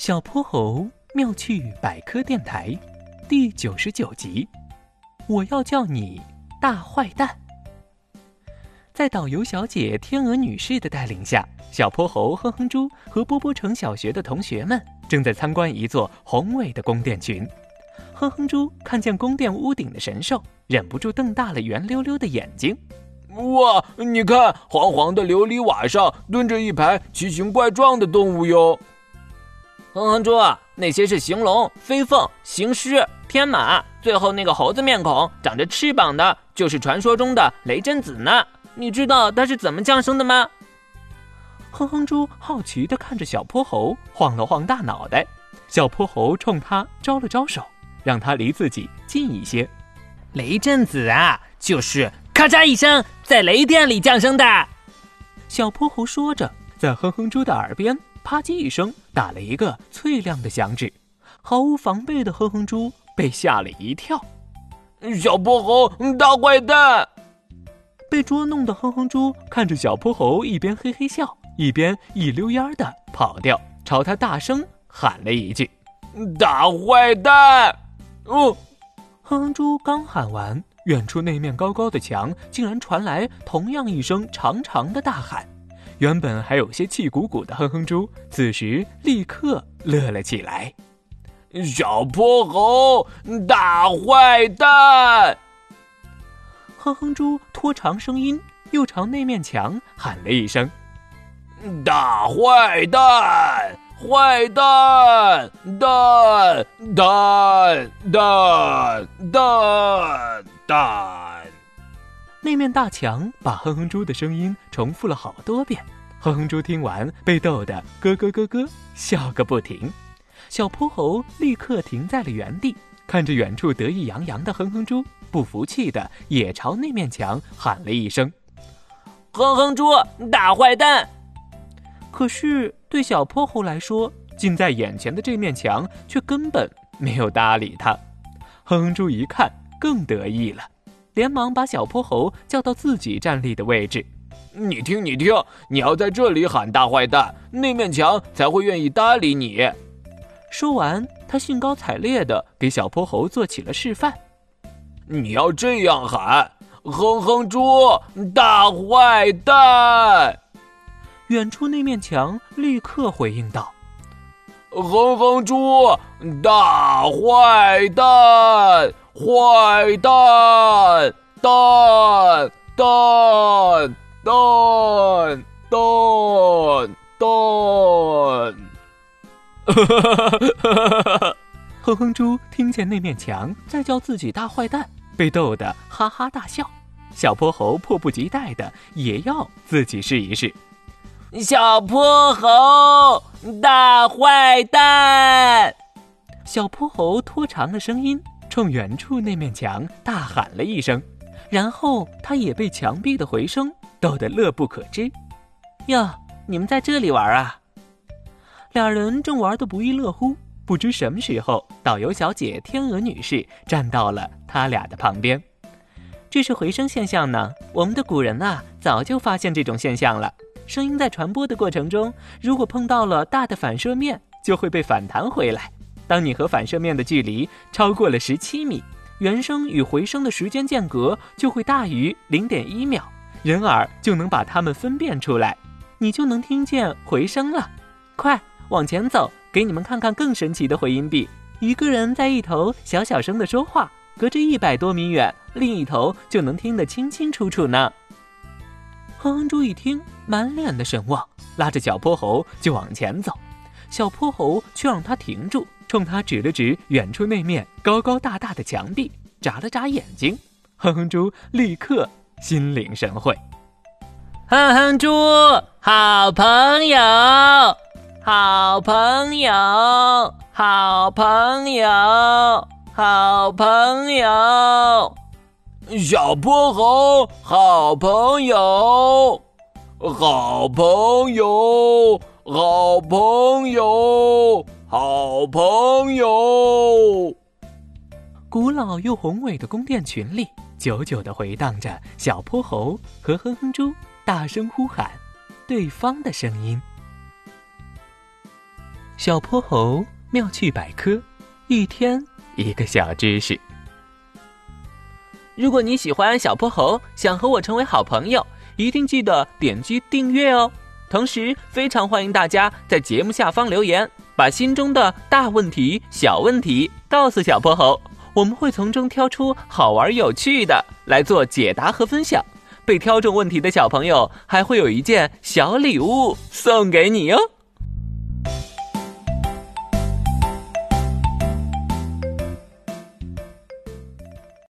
小泼猴妙趣百科电台第99集，我要叫你大坏蛋。在导游小姐天鹅女士的带领下，小泼猴哼哼猪和波波城小学的同学们正在参观一座宏伟的宫殿群。哼哼猪看见宫殿屋顶的神兽，忍不住瞪大了圆溜溜的眼睛。 哇，你看，黄黄的琉璃瓦上蹲着一排奇形怪状的动物哟。 哼哼猪，那些是行龙、飞凤、行狮、天马，最后那个猴子面孔长着翅膀的就是传说中的雷震子呢。你知道它是怎么降生的吗？ 哼哼猪好奇地看着小泼猴，晃了晃大脑袋。小泼猴冲他招了招手，让他离自己近一些。 雷震子啊，就是咔嚓一声在雷电里降生的。 小泼猴说着，在哼哼猪的耳边啪叽一声打了一个脆亮的响指。毫无防备的哼哼猪被吓了一跳。 小泼猴，大坏蛋！ 被捉弄的哼哼猪看着小泼猴一边嘿嘿笑，一边一溜烟的跑掉，朝他大声喊了一句： 大坏蛋！ 哼哼猪刚喊完，远处那面高高的墙竟然传来同样一声长长的大喊。原本还有些气鼓鼓的哼哼猪，此时立刻乐了起来。 小泼猴，大坏蛋！ 哼哼猪拖长声音，又朝那面墙喊了一声： 大坏蛋！坏蛋！蛋蛋蛋蛋蛋！ 那面大墙把哼哼猪的声音重复了好多遍。哼哼猪听完被逗得咯咯咯咯笑个不停。小泼猴立刻停在了原地，看着远处得意洋洋的哼哼猪，不服气的也朝那面墙喊了一声： 哼哼猪，大坏蛋！ 可是对小泼猴来说，近在眼前的这面墙却根本没有搭理他。哼哼猪一看更得意了，连忙把小泼猴叫到自己站立的位置。 你听，你要在这里喊大坏蛋，那面墙才会愿意搭理你。 说完，他兴高采烈地给小泼猴做起了示范。 你要这样喊：哼哼猪，大坏蛋！ 远处那面墙立刻回应道： 哼哼猪，大坏蛋！坏蛋！蛋蛋蛋蛋蛋！ 哼哼猪听见那面墙在叫自己大坏蛋，被逗得哈哈大笑。小泼猴迫不及待的也要自己试一试。 小泼猴，大坏蛋！ 小泼猴拖长了声音，冲远处那面墙大喊了一声，然后他也被墙壁的回声逗得乐不可支。 哟，你们在这里玩啊？ 俩人正玩得不亦乐乎，不知什么时候，导游小姐天鹅女士站到了他俩的旁边。这是回声现象呢，我们的古人啊，早就发现这种现象了。声音在传播的过程中，如果碰到了大的反射面，就会被反弹回来。当你和反射面的距离超过了17米，原声与回声的时间间隔就会大于0.1秒，人耳就能把它们分辨出来，你就能听见回声了。快往前走，给你们看看更神奇的回音壁。一个人在一头小小声的说话，隔着100多米远，另一头就能听得清清楚楚呢。哼哼猪一听，满脸的神往，拉着小泼猴就往前走。小泼猴却让他停住，冲他指了指远处那面高高大大的墙壁，眨了眨眼睛。哼哼猪立刻心领神会。 哼哼猪，好朋友，好朋友，好朋友，好朋友。 小泼猴，好朋友，好朋友，好朋友，好朋友。 古老又宏伟的宫殿群里，久久地回荡着小泼猴和哼哼猪大声呼喊对方的声音。 小泼猴妙趣百科，一天一个小知识。 如果你喜欢小泼猴，想和我成为好朋友，一定记得点击订阅哦。同时非常欢迎大家在节目下方留言，把心中的大问题、小问题告诉小泼猴，我们会从中挑出好玩有趣的来做解答和分享。被挑中问题的小朋友还会有一件小礼物送给你哟。